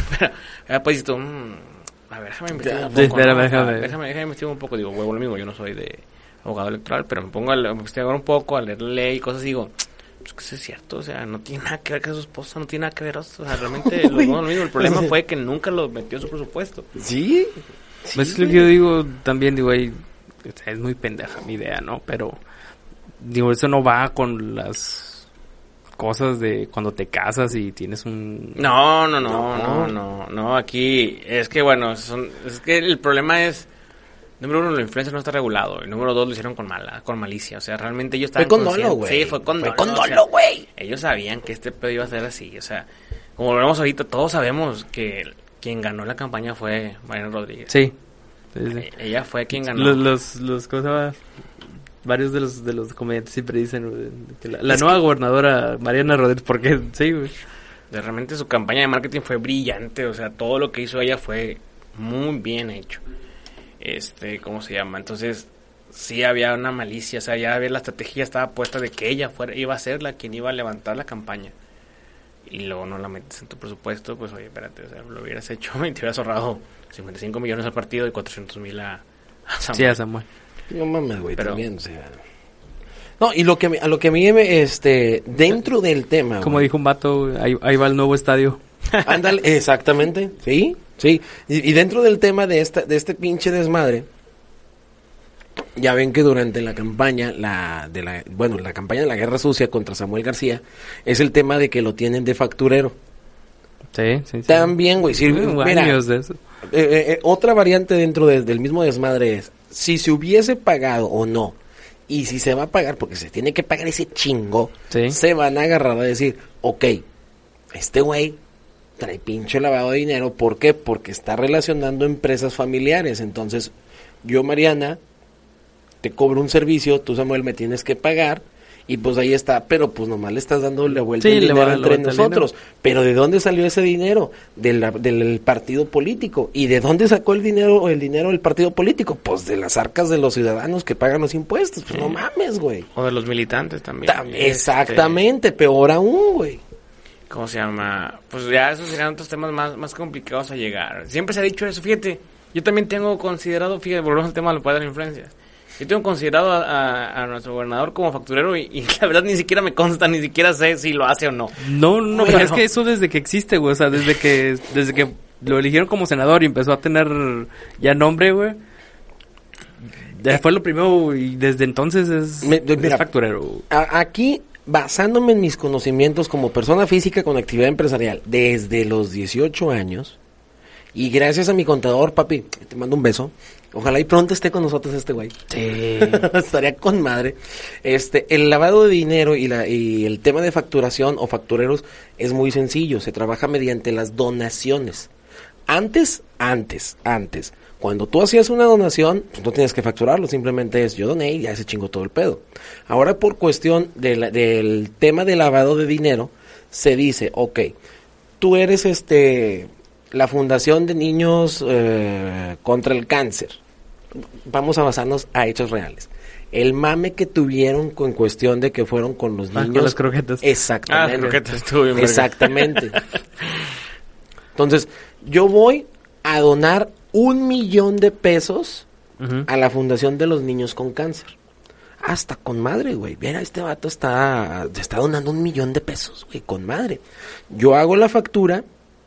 pues tú, a ver, déjame investigar un poco. Déjame investigar un poco. Digo, huevo, lo mismo, yo no soy de abogado electoral, pero me pongo a investigar un poco, a leer la ley y cosas y digo, pues que eso es cierto, o sea, no tiene nada que ver con su esposa, no tiene nada que ver, o sea, realmente lo mismo. El problema fue que nunca lo metió en su presupuesto. Sí. Pues es lo que yo digo, también digo ahí, o sea, es muy pendeja mi idea, ¿no? Pero digo, eso no va con las cosas de cuando te casas y tienes un... No, aquí es que bueno, es que el problema es, número uno, la influencia no está regulado, y número dos, lo hicieron con malicia, o sea, realmente ellos estaban fue con dolo, güey. Sí, fue con dolo, güey. O sea, ellos sabían que este pedo iba a ser así, o sea, como lo vemos ahorita, todos sabemos que quien ganó la campaña fue Mariana Rodríguez. Sí. Ella fue quien ganó. Los ¿cómo se llama? Varios de los comediantes siempre dicen que la nueva gobernadora Mariana Rodríguez, porque sí, güey. Realmente su campaña de marketing fue brillante, o sea, todo lo que hizo ella fue muy bien hecho. ¿Cómo se llama? Entonces, sí había una malicia, o sea, ya había la estrategia estaba puesta de que ella iba a ser la quien iba a levantar la campaña. Y luego no la metes en tu presupuesto, pues oye, espérate, o sea, lo hubieras hecho y te hubieras ahorrado 55 millones al partido y 400,000 a Samuel. Sí, a Samuel. No mames, güey, también, o sea... No, y a lo que a mí dentro del tema... Como dijo un vato, ahí va el nuevo estadio. Ándale, exactamente, sí. Y dentro del tema de este pinche desmadre, ya ven que durante la campaña, la campaña de la guerra sucia contra Samuel García, es el tema de que lo tienen de facturero. Sí. También, güey, sí, mira, años de eso. Otra variante dentro del mismo desmadre es, si se hubiese pagado o no, y si se va a pagar, porque se tiene que pagar ese chingo, se van a agarrar a decir, ok, este güey trae pinche lavado de dinero, ¿por qué? Porque está relacionando empresas familiares, entonces, yo, Mariana, te cobro un servicio, tú, Samuel, me tienes que pagar, y pues ahí está, pero pues nomás le estás dando la vuelta el dinero entre nosotros. Pero ¿de dónde salió ese dinero? Del partido político. ¿Y de dónde sacó el dinero del partido político? Pues de las arcas de los ciudadanos que pagan los impuestos. Pues no mames, güey. O de los militantes también. Exactamente, peor aún, güey. ¿Cómo se llama? Pues ya esos serían otros temas más complicados a llegar. Siempre se ha dicho eso, fíjate. Yo también tengo considerado, volvemos al tema del poder de la influencia. Yo tengo considerado a nuestro gobernador como facturero y la verdad ni siquiera me consta, ni siquiera sé si lo hace o no. No, pero es que eso desde que existe, güey, o sea, desde que lo eligieron como senador y empezó a tener ya nombre, güey. Ya fue lo primero y desde entonces es facturero. Aquí, basándome en mis conocimientos como persona física con actividad empresarial desde los 18 años, y gracias a mi contador, papi, te mando un beso. Ojalá y pronto esté con nosotros este güey. Sí. Estaría con madre. El lavado de dinero y el tema de facturación o factureros es muy sencillo. Se trabaja mediante las donaciones. Antes, cuando tú hacías una donación, pues no tienes que facturarlo, simplemente es yo doné y ya se chingó todo el pedo. Ahora por cuestión del tema de lavado de dinero, se dice, ok, tú eres la Fundación de Niños contra el Cáncer. Vamos a basarnos a hechos reales. El mame que tuvieron con cuestión de que fueron con los niños. Con las croquetas. Exactamente. Las croquetas estuvo bien. Exactamente. Entonces, yo voy a donar 1 millón de pesos a la Fundación de los Niños con Cáncer. Hasta con madre, güey. Mira, este vato está donando 1 millón de pesos, güey, con madre. Yo hago la factura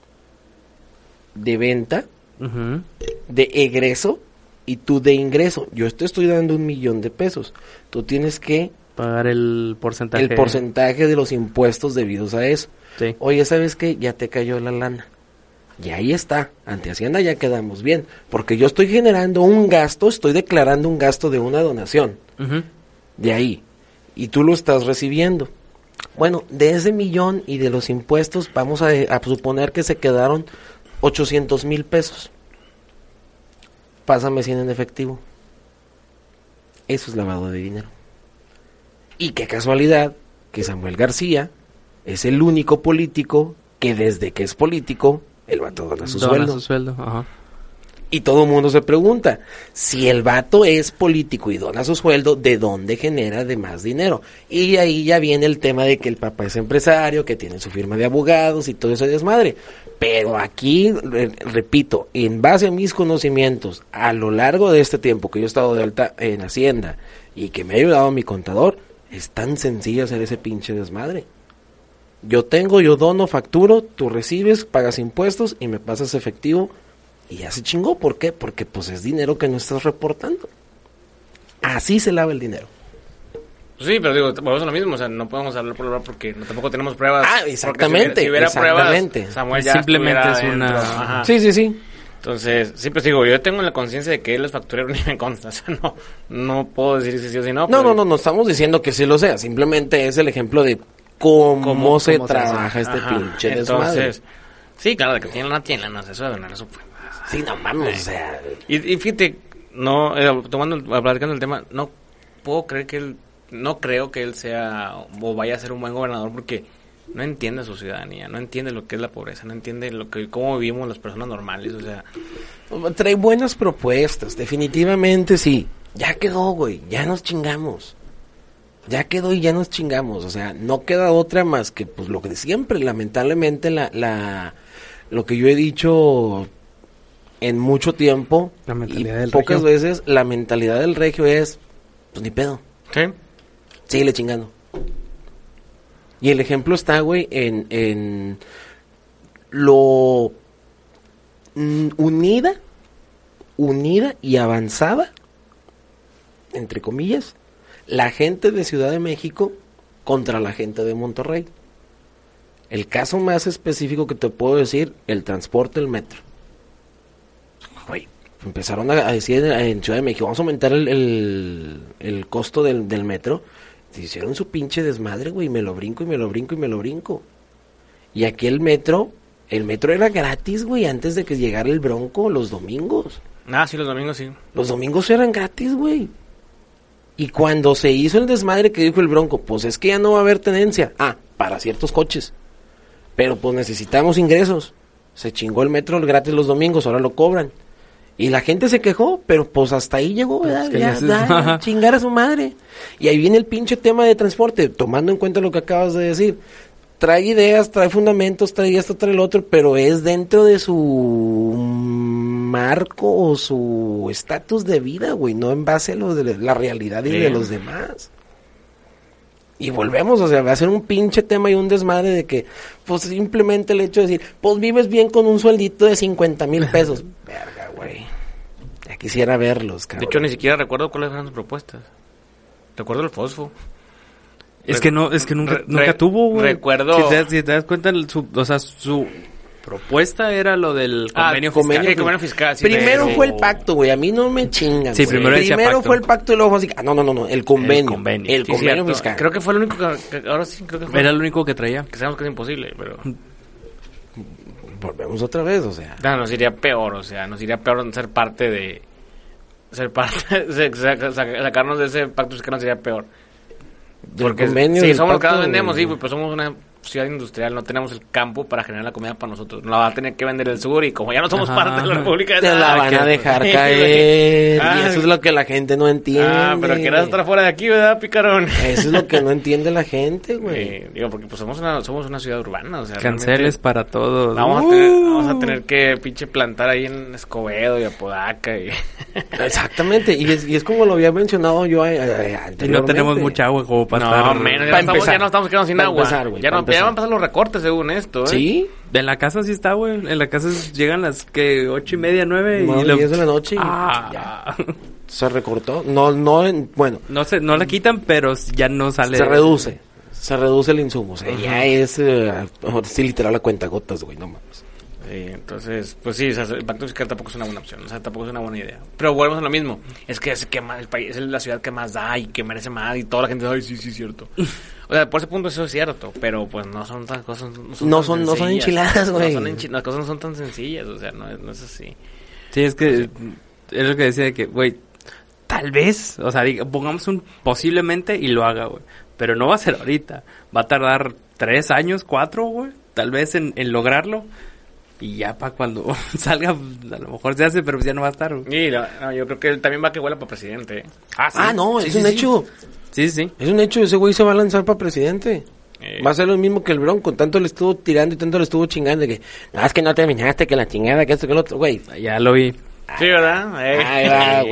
de venta, de egreso y tú de ingreso. Yo te estoy dando 1 millón de pesos. Tú tienes que pagar el porcentaje. El porcentaje de los impuestos debidos a eso. Sí. Oye, ¿sabes qué? Ya te cayó la lana. Y ahí está. Ante Hacienda ya quedamos bien. Porque yo estoy generando un gasto, estoy declarando un gasto de una donación. De ahí. Y tú lo estás recibiendo. Bueno, de ese millón y de los impuestos, vamos a suponer que se quedaron 800,000 pesos. Pásame 100 en efectivo. Eso es lavado de dinero. Y qué casualidad que Samuel García es el único político que desde que es político, el vato dona su sueldo. Ajá. Y todo el mundo se pregunta, si el vato es político y dona su sueldo, ¿de dónde genera de más dinero? Y ahí ya viene el tema de que el papá es empresario, que tiene su firma de abogados y todo ese desmadre. Pero aquí, repito, en base a mis conocimientos, a lo largo de este tiempo que yo he estado de alta en Hacienda y que me ha ayudado mi contador, es tan sencillo hacer ese pinche desmadre. Yo dono, facturo, tú recibes, pagas impuestos y me pasas efectivo. Y ya se chingó, ¿por qué? Porque pues es dinero que no estás reportando. Así se lava el dinero. Sí, pero digo, volvemos a lo mismo, o sea, no podemos hablar por hablar porque tampoco tenemos pruebas. Ah, exactamente. Si hubiera exactamente. pruebas, Samuel ya simplemente es dentro. una... Ajá. Sí. Entonces, siempre digo, yo tengo la conciencia de que él es facturero ni me consta, o sea, no puedo decir si sí o si no. No estamos diciendo que sí lo sea, simplemente es el ejemplo de cómo se trabaja este pinche desmadre. Entonces, sí, claro, de que tiene lana, eso de donar eso pues. Sí, no mames, o sea... Y fíjate, platicando el tema, no puedo creer que él, no creo que él sea o vaya a ser un buen gobernador porque no entiende su ciudadanía, no entiende lo que es la pobreza, no entiende cómo vivimos las personas normales, o sea... Trae buenas propuestas, definitivamente sí. Ya quedó, güey, ya nos chingamos. Ya quedó y ya nos chingamos, o sea, no queda otra más que pues lo que siempre, lamentablemente, lo que yo he dicho... en mucho tiempo y pocas veces la mentalidad del regio es pues ni pedo. ¿Sí? Síguele chingando. Y el ejemplo está, güey, en lo unida y avanzada, entre comillas, la gente de Ciudad de México contra la gente de Monterrey. El caso más específico que te puedo decir, el transporte, el metro. Güey, empezaron a decir en Ciudad de México, vamos a aumentar el costo del metro. Se hicieron su pinche desmadre, güey, me lo brinco. Y aquí el metro era gratis, güey, antes de que llegara el Bronco los domingos. Ah, sí, los domingos sí. Los domingos eran gratis, güey. Y cuando se hizo el desmadre que dijo el Bronco, pues es que ya no va a haber tenencia. Ah, para ciertos coches. Pero pues necesitamos ingresos. Se chingó el metro gratis los domingos, ahora lo cobran. Y la gente se quejó, pero pues hasta ahí llegó, ¿verdad? Es que ya, chingar a su madre. Y ahí viene el pinche tema de transporte, tomando en cuenta lo que acabas de decir. Trae ideas, trae fundamentos, trae esto, trae el otro, pero es dentro de su marco o su estatus de vida, güey, no en base a lo de la realidad y de los demás. Y volvemos, o sea, va a ser un pinche tema y un desmadre de que, pues simplemente el hecho de decir, pues vives bien con un sueldito de 50,000 pesos. Verga, güey. Ya quisiera verlos, cabrón. De hecho, ni siquiera recuerdo cuáles eran sus propuestas. Recuerdo el fosfo. Es que nunca tuvo, güey. Recuerdo... Si te das cuenta, su propuesta era lo del convenio fiscal. Sí, convenio fiscal. Sí, primero sí. fue el pacto, güey. A mí no me chingan. Sí, güey. primero decía pacto. Fue el pacto y luego fue así. No. El convenio. El Sí, convenio Cierto. fiscal. Creo que fue el único que ahora sí, creo que fue. Era el único que traía. Que sabemos que es imposible, pero... Volvemos otra vez, o sea. No, nos iría peor, o sea, nos iría peor ser parte de... sacarnos de ese pacto fiscal nos iría peor. Del Porque convenio, sí, del somos los que pacto, más vendemos, güey. sí, pues somos una ciudad industrial, no tenemos el campo para generar la comida para nosotros. Nos la va a tener que vender el sur y como ya no somos Ajá. parte de la República... Te la van a dejar caer. Y eso es lo que la gente no entiende. pero quieras estar fuera de aquí, ¿verdad, picarón? Eso es lo que no entiende la gente, güey. Digo, porque pues somos una ciudad urbana, o sea... Canceles realmente para todos. Vamos a tener que pinche plantar ahí en Escobedo y Apodaca y... Exactamente. Y es como lo había mencionado yo Y anteriormente. no tenemos mucha agua como para No, estar... menos, Para ya no estamos quedando sin Para agua. empezar, güey, ya para no, ya empezar. van a pasar los recortes según esto, ¿eh? Sí. En la casa sí está, güey. En la casa llegan las que 8:30, 9 9, y lo... 10 de la noche y Ah. se recortó. Bueno, No la quitan, pero ya no sale. se reduce. Se reduce el insumo. O sea, ya es sí, literal a cuentagotas, güey, no mames. Sí, entonces, pues sí, o sea, el pacto fiscal tampoco es una buena opción, o sea, tampoco es una buena idea. Pero volvemos a lo mismo, es que el país es la ciudad que más da y que merece más y toda la gente dice, ay, sí, cierto. O sea, por ese punto eso es cierto, pero pues no son tan cosas, No son enchiladas, güey. Las cosas no son tan sencillas, o sea, no es así. Sí, es que es lo que decía de que, güey, tal vez, o sea, pongamos un posiblemente y lo haga, güey. Pero no va a ser ahorita. Va a tardar 3 años, 4, güey, tal vez en lograrlo. Y ya para cuando salga, a lo mejor se hace, pero pues ya no va a estar, güey. Y no, yo creo que él también va a que huela para presidente, ¿eh? No, Sí, es sí, un sí. hecho. Sí, sí. Es un hecho, ese güey se va a lanzar para presidente. Va a ser lo mismo que el Bronco. Tanto le estuvo tirando y tanto le estuvo chingando. De que, no, es que no terminaste, que la chingada, que esto, que lo otro. Güey. Ya lo vi. Sí, ¿verdad? Ahí va,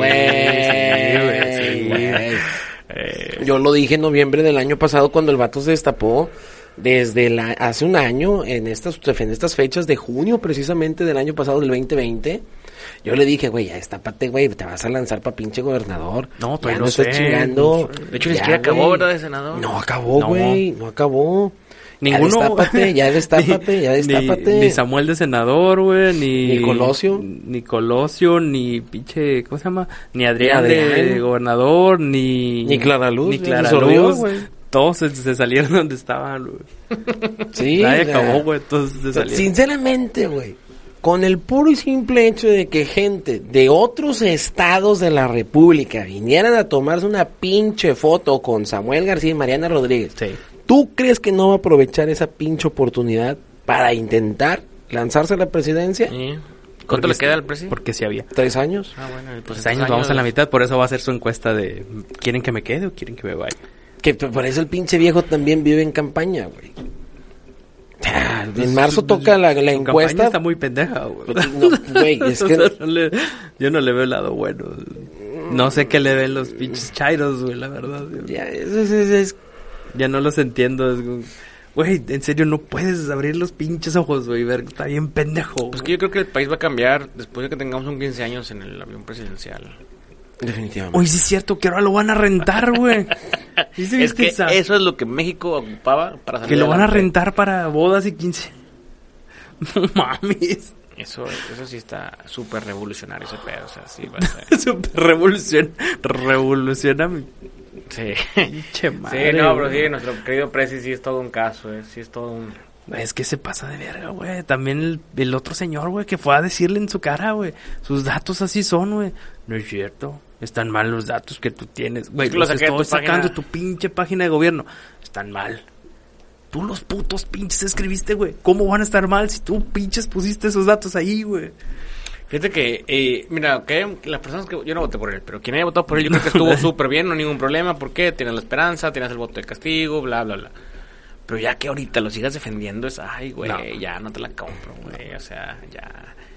Sí, güey. Yo lo dije en noviembre del año pasado cuando el vato se destapó. Desde hace un año, en estas fechas de junio precisamente del año pasado, del 2020, yo le dije, güey, ya destápate, güey, te vas a lanzar pa' pinche gobernador. No, ya todavía no no estés sé, chingando. De hecho, ni Ya, siquiera acabó, güey. ¿verdad, de senador? No acabó, No. güey, no acabó. Ninguno. Ya destápate. Ni Samuel de senador, güey, Ni Colosio. Ni Colosio, ni pinche, ¿cómo se llama? Ni Adrián, Ni Adrián. de gobernador, ni Clara Luz, Ni ya Clara se disolvió, Luz. güey. Todos se salieron donde estaban, güey. Sí. Nadie o sea, acabó, güey, todos se o sea, salieron. sinceramente, güey, con el puro y simple hecho de que gente de otros estados de la República vinieran a tomarse una pinche foto con Samuel García y Mariana Rodríguez, Sí. ¿tú crees que no va a aprovechar esa pinche oportunidad para intentar lanzarse a la presidencia? Sí. ¿Cuánto le queda al presidente? Porque sí había. 3 años. Ah, bueno, pues 3 años, vamos a la mitad, por eso va a hacer su encuesta de ¿quieren que me quede o quieren que me vaya? Que por eso el pinche viejo también vive en campaña, güey. En marzo toca la Su campaña encuesta. está muy pendeja, güey. No, güey, es que... O sea, yo no le veo el lado bueno. No sé qué le ven los pinches chairos, güey, la verdad. Ya, es Ya no los entiendo. Es como, güey, en serio, no puedes abrir los pinches ojos, güey. Ver, está bien pendejo. Pues que yo creo que el país va a cambiar después de que tengamos un 15 años en el avión presidencial. definitivamente. Uy, sí es cierto que ahora lo van a rentar, güey. ¿Sí se Es viste que esa? eso es lo que México ocupaba para salir Que lo van a adelante. rentar para bodas y 15. No mames. Eso sí está súper revolucionario ese pedo, o sea, sí va a ser. Super revoluciona mi Sí. pinche madre. Sí, no, pero güey. sí, nuestro querido Presi sí es todo un caso, sí es todo un... Es que se pasa de verga, güey. También el otro señor, güey, que fue a decirle en su cara, güey. Sus datos así son, güey. No es cierto. Están mal los datos que tú tienes. Güey, Es que lo los saqué de estoy tu sacando de página. tu pinche página de gobierno. Están mal. Tú los putos pinches escribiste, güey. ¿Cómo van a estar mal si tú pinches pusiste esos datos ahí, güey? Fíjate que, mira, que las personas que... Yo no voté por él, pero quien haya votado por él yo creo que estuvo súper bien, no hay ningún problema. ¿Por qué? Tienes la esperanza, tienes el voto de castigo, bla, bla, bla. Pero ya que ahorita lo sigas defendiendo es... Ay, güey, No. ya no te la compro, güey. O sea, ya...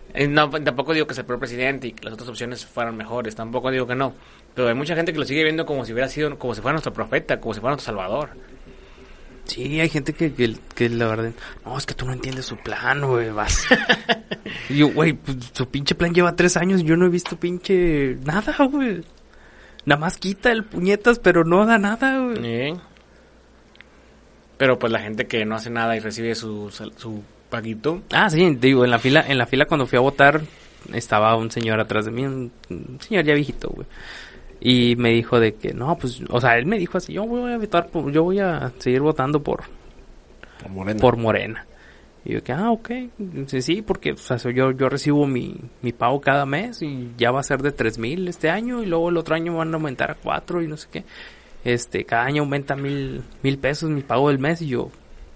No, tampoco digo que sea el peor presidente y que las otras opciones fueran mejores, tampoco digo que no. Pero hay mucha gente que lo sigue viendo como si hubiera sido, como si fuera nuestro profeta, como si fuera nuestro salvador. Sí, hay gente que la verdad... No, es que tú no entiendes su plan, güey, vas. Y yo, güey, pues, su pinche plan lleva 3 años y yo no he visto pinche... Nada, güey. Nada más quita el puñetas, pero no da nada, güey. Pero pues la gente que no hace nada y recibe su paguito. Ah, sí, digo, en la fila cuando fui a votar estaba un señor atrás de mí, un señor ya viejito, güey. Y me dijo de que no, pues, o sea, él me dijo así, yo voy a seguir votando por Morena. Y yo que, ok, sí, porque, o sea, yo recibo mi pago cada mes y ya va a ser de 3,000 este año y luego el otro año van a aumentar a 4 y no sé qué. Cada año aumenta 1,000 pesos mi pago del mes y yo,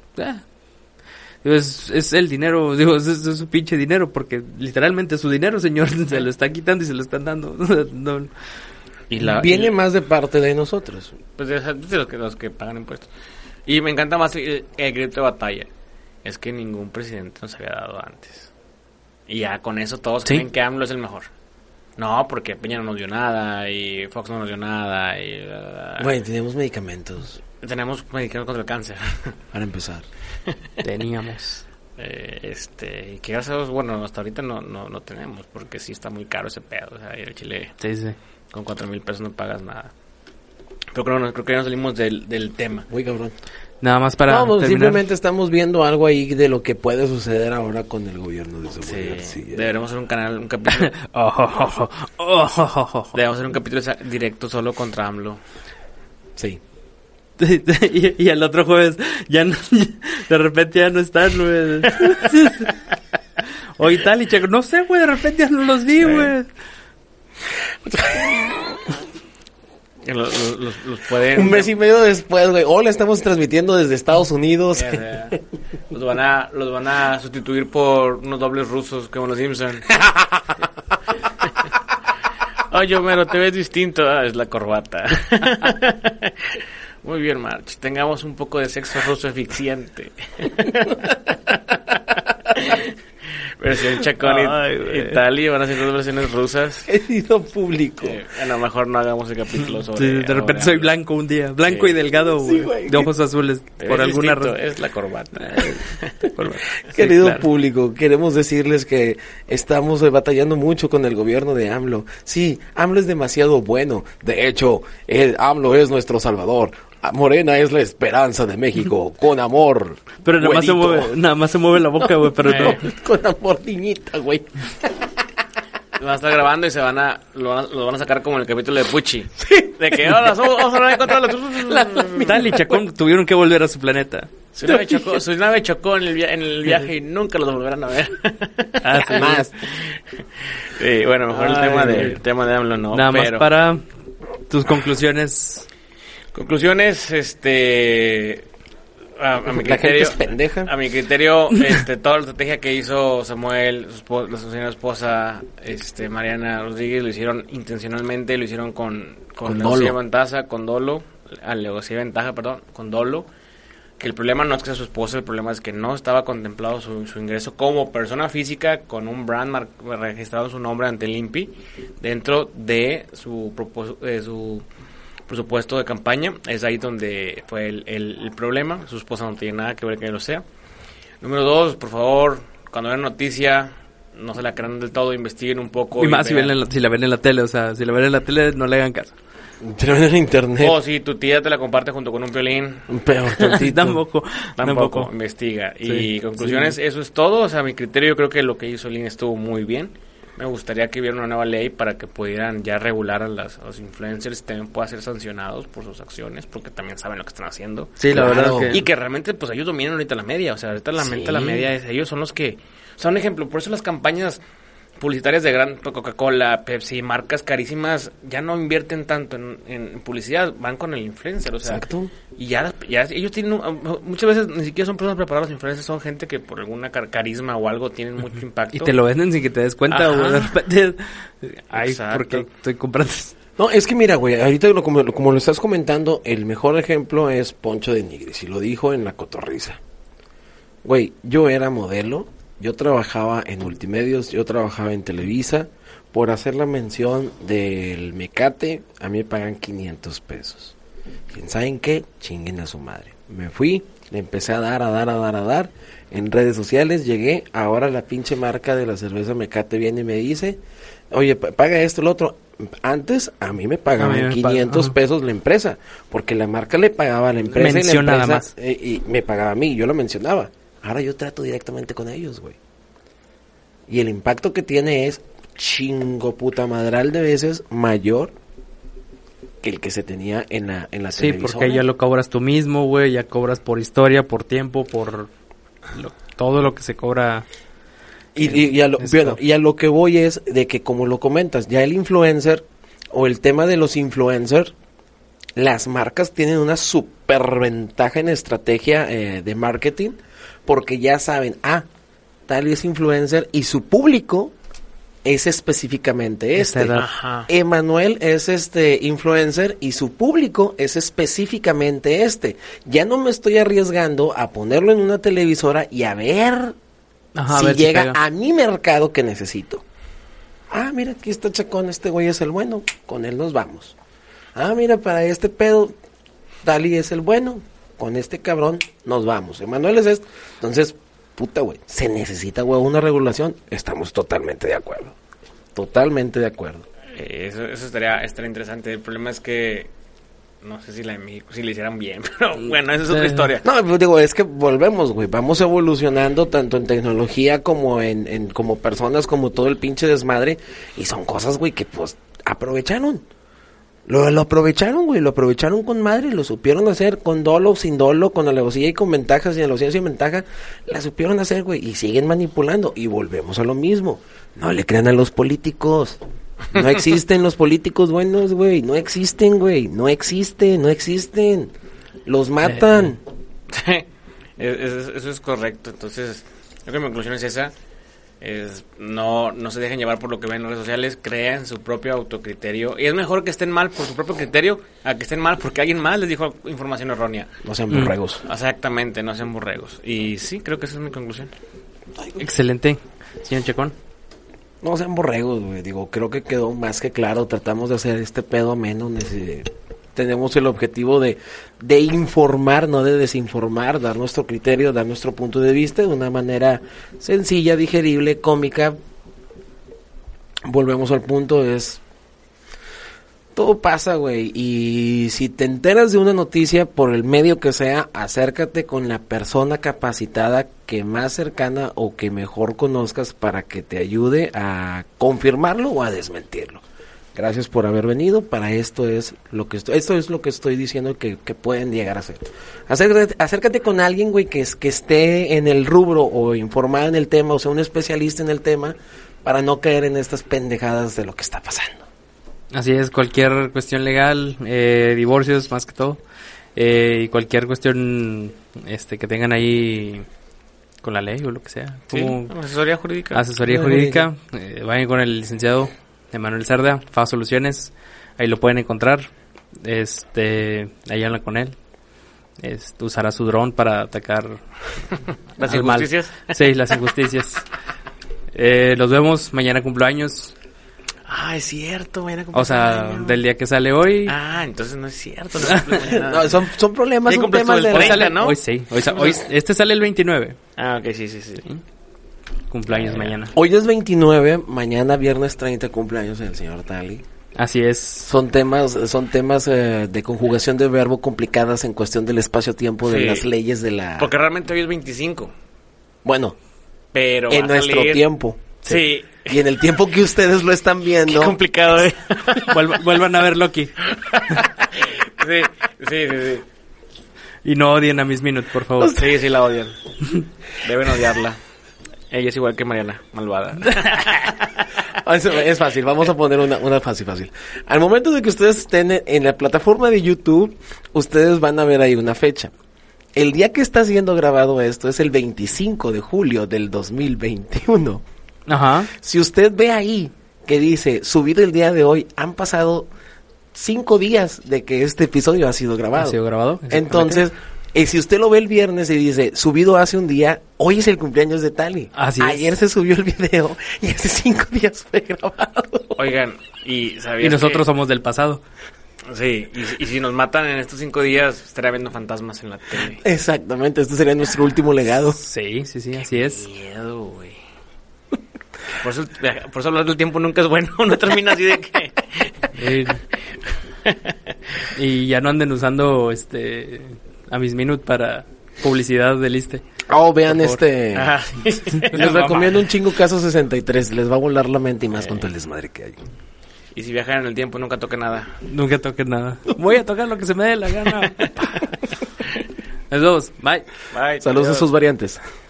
es el dinero, digo, es su pinche dinero, porque literalmente es su dinero, señor, se lo está quitando y se lo están dando. No. Viene más de parte de nosotros. Pues de los que pagan impuestos. Y me encanta más el grito de batalla. Es que ningún presidente nos había dado antes. Y ya con eso todos creen que AMLO es el mejor. No, porque Peña no nos dio nada y Fox no nos dio nada. Bueno, tenemos medicamentos. Tenemos medicamentos contra el cáncer. Para empezar. Teníamos. Que gracias a Dios, bueno, hasta ahorita no tenemos, porque sí está muy caro ese pedo. O sea, el Chile... Sí. Con 4,000 pesos no pagas nada. Pero creo que ya nos salimos del tema. Muy cabrón. Nada más para terminar. Simplemente estamos viendo algo ahí de lo que puede suceder ahora con el gobierno de Samuel García. Deberemos hacer un capítulo. Debemos hacer un capítulo directo solo contra AMLO. Sí. y el otro jueves ya no, de repente ya no están, güey. O Italia, Checo, no sé, güey, de repente ya no los vi, güey. Los pueden... Un mes y medio después, güey. Hola, estamos transmitiendo desde Estados Unidos. Los van a sustituir por unos dobles rusos como los Simpson. Oye, Homero, te ves distinto. Es la corbata. Muy bien, March. Tengamos un poco de sexo ruso eficiente. Versión Chacón Italia, van a ser 2 versiones rusas. He sido público. A lo mejor no hagamos el capítulo sobre... Sí, de repente soy blanco un día. Blanco y delgado, güey. De ojos azules. Por alguna razón. Es la corbata. Querido público, queremos decirles que estamos batallando mucho con el gobierno de AMLO. Sí, AMLO es demasiado bueno. De hecho, AMLO es nuestro salvador. Morena es la esperanza de México, con amor. Pero nada más se mueve la boca, güey, pero no. Con amor, niñita, güey. Lo van a estar grabando y lo van a sacar como en el capítulo de Pucci. Sí. De que ahora vamos a encontrar Tal y Chacón tuvieron que volver a su planeta. Su nave chocó en el viaje y nunca los volverán a ver. Jamás. Sí, bueno, mejor el tema de AMLO no. Nada más para tus conclusiones. Conclusiones, a mi criterio, la gente es pendeja. A mi criterio, toda la estrategia que hizo Samuel, la señora esposa, Mariana Rodríguez, lo hicieron intencionalmente, lo hicieron con ventaja, con dolo, con dolo. Que el problema no es que sea su esposa, el problema es que no estaba contemplado su ingreso como persona física con un brand registrado su nombre ante el INPI dentro de su presupuesto de campaña. Es ahí donde fue el problema. Su esposa no tiene nada que ver que lo sea. Número 2, por favor, cuando vean noticia, no se la crean del todo, investiguen un poco. Y más si la ven en la tele, o sea, si la ven en la tele, no le hagan caso. Se la ven en internet. O si tu tía te la comparte junto con un violín. Peor tantito. Tampoco. Investiga. Sí, y conclusiones, eso es todo. O sea, a mi criterio, yo creo que lo que hizo el INE estuvo muy bien. Me gustaría que hubiera una nueva ley para que pudieran ya regular a los influencers y también puedan ser sancionados por sus acciones, porque también saben lo que están haciendo. Sí, la verdad es que... Y que realmente, pues, ellos dominan ahorita la media. O sea, ahorita la media ellos son los que... O sea, un ejemplo, por eso las campañas publicitarias de gran Coca-Cola, Pepsi, marcas carísimas, ya no invierten tanto en publicidad, van con el influencer, o sea. Exacto. Y ya ellos tienen, muchas veces ni siquiera son personas preparadas, los influencers son gente que por alguna carisma o algo tienen mucho impacto. Y te lo venden sin que te des cuenta, güey, de repente, exacto, porque estoy comprando. No, es que mira, güey, ahorita como lo estás comentando, el mejor ejemplo es Poncho de Nigris, y lo dijo en La Cotorrisa. Güey, yo era modelo yo trabajaba en Multimedios, yo trabajaba en Televisa. Por hacer la mención del mecate, a mí me pagan 500 pesos. ¿Saben qué? Chinguen a su madre. Me fui, le empecé a dar. En redes sociales llegué, ahora la pinche marca de la cerveza Mecate viene y me dice, oye, paga esto, lo otro. Antes a mí me pagaban 500 pesos la empresa, porque la marca le pagaba a la empresa y la empresa y me pagaba a mí, yo lo mencionaba. Ahora yo trato directamente con ellos, güey. Y el impacto que tiene es chingo puta madral de veces mayor que el que se tenía en la sí, televisora. porque ya lo cobras tú mismo, güey, ya cobras por historia, por tiempo, por todo lo que se cobra. Y a lo que voy es de que, como lo comentas, ya el influencer o el tema de los influencers, las marcas tienen una superventaja en estrategia de marketing, porque ya saben, tal es influencer y su público es específicamente Ajá. Emanuel es influencer y su público es específicamente Ya no me estoy arriesgando a ponerlo en una televisora y a ver si llega a mi mercado que necesito. Mira, aquí está Chacón, este güey es el bueno, con él nos vamos. Mira, para este pedo, Dali es el bueno, con este cabrón nos vamos. Emanuel es Entonces, puta, güey, se necesita, güey, una regulación. Estamos totalmente de acuerdo. Totalmente de acuerdo. Eso estaría interesante. El problema es que no sé si la de México si le hicieran bien, pero bueno, esa es otra historia. No, pues digo, es que volvemos, güey, vamos evolucionando tanto en tecnología como en como personas, como todo el pinche desmadre, y son cosas, güey, que pues aprovecharon. Lo aprovecharon, güey, lo aprovecharon con madre, lo supieron hacer con dolo o sin dolo, con alevosía y con ventajas, sin alevosía y sin ventaja, la supieron hacer, güey, y siguen manipulando, y volvemos a lo mismo. No le crean a los políticos. No existen los políticos buenos, güey, no existen, güey, no existen. Los matan. Eso es correcto. Entonces, creo que mi conclusión es esa. No se dejen llevar por lo que ven en redes sociales, crean su propio autocriterio, y es mejor que estén mal por su propio criterio a que estén mal porque alguien más les dijo información errónea. No sean borregos. Exactamente, no sean borregos. Y sí, creo que esa es mi conclusión. Excelente, señor Chacón. No sean borregos, güey, digo, creo que quedó más que claro, tratamos de hacer este pedo ameno, tenemos el objetivo de informar, no de desinformar, dar nuestro criterio, dar nuestro punto de vista de una manera sencilla, digerible, cómica. Volvemos al punto, todo pasa, güey, y si te enteras de una noticia por el medio que sea, acércate con la persona capacitada que más cercana o que mejor conozcas para que te ayude a confirmarlo o a desmentirlo. Gracias por haber venido. Para esto es lo que estoy diciendo que pueden llegar a hacer. Acércate con alguien, güey, que esté en el rubro o informado en el tema, o sea, un especialista en el tema, para no caer en estas pendejadas de lo que está pasando. Así es, cualquier cuestión legal, divorcios más que todo, y cualquier cuestión que tengan ahí con la ley o lo que sea. Sí, asesoría jurídica. Asesoría jurídica, vayan con el licenciado Emanuel Cerda, FA Soluciones, ahí lo pueden encontrar, ahí hablan con él, usará su dron para atacar las injusticias. Sí, las injusticias. Los vemos, mañana cumpleaños. Es cierto, mañana cumpleaños. O sea, del día que sale hoy. Entonces no es cierto. No, son problemas, son temas de... Hoy sale, ¿no? Hoy sí, hoy sale el 29. Ok, sí. Cumpleaños mañana. Hoy es 29, mañana viernes 30 cumpleaños del señor Dali. Así es. Son temas de conjugación de verbo complicadas en cuestión del espacio-tiempo, de las leyes de la... Porque realmente hoy es 25. Bueno, pero en nuestro tiempo. Sí. Y en el tiempo que ustedes lo están viendo... Qué complicado, Vuelvan a ver Loki. Sí. Y no odien a Miss Minute, por favor. Sí, la odian. Deben odiarla. Ella es igual que Mariana, malvada. Es fácil, vamos a poner una fácil. Al momento de que ustedes estén en la plataforma de YouTube, ustedes van a ver ahí una fecha. El día que está siendo grabado esto es el 25 de julio del 2021. Ajá. Si usted ve ahí que dice subido el día de hoy, han pasado 5 días de que este episodio ha sido grabado. ¿Ha sido grabado? Entonces, Y si usted lo ve el viernes y dice, subido hace un día, hoy es el cumpleaños de Tali. Así es. Ayer se subió el video y hace 5 días fue grabado. Oigan, y ¿sabías Y nosotros que- somos del pasado. Sí, y si nos matan en estos 5 días, estaría viendo fantasmas en la tele. Exactamente, este sería nuestro último legado. Sí, así es. Miedo, güey. Por eso hablar del tiempo nunca es bueno, no termina así de que... Y ya no anden usando a mis minutes para publicidad del ISSSTE. Oh, vean Por favor. Ajá. Les recomiendo un chingo Caso 63, les va a volar la mente y más con todo el desmadre que hay. Y si viajan en el tiempo, nunca toque nada. Nunca toques nada. Voy a tocar lo que se me dé la gana. Nos vemos. Bye. Bye. Saludos a Adiós. sus variantes.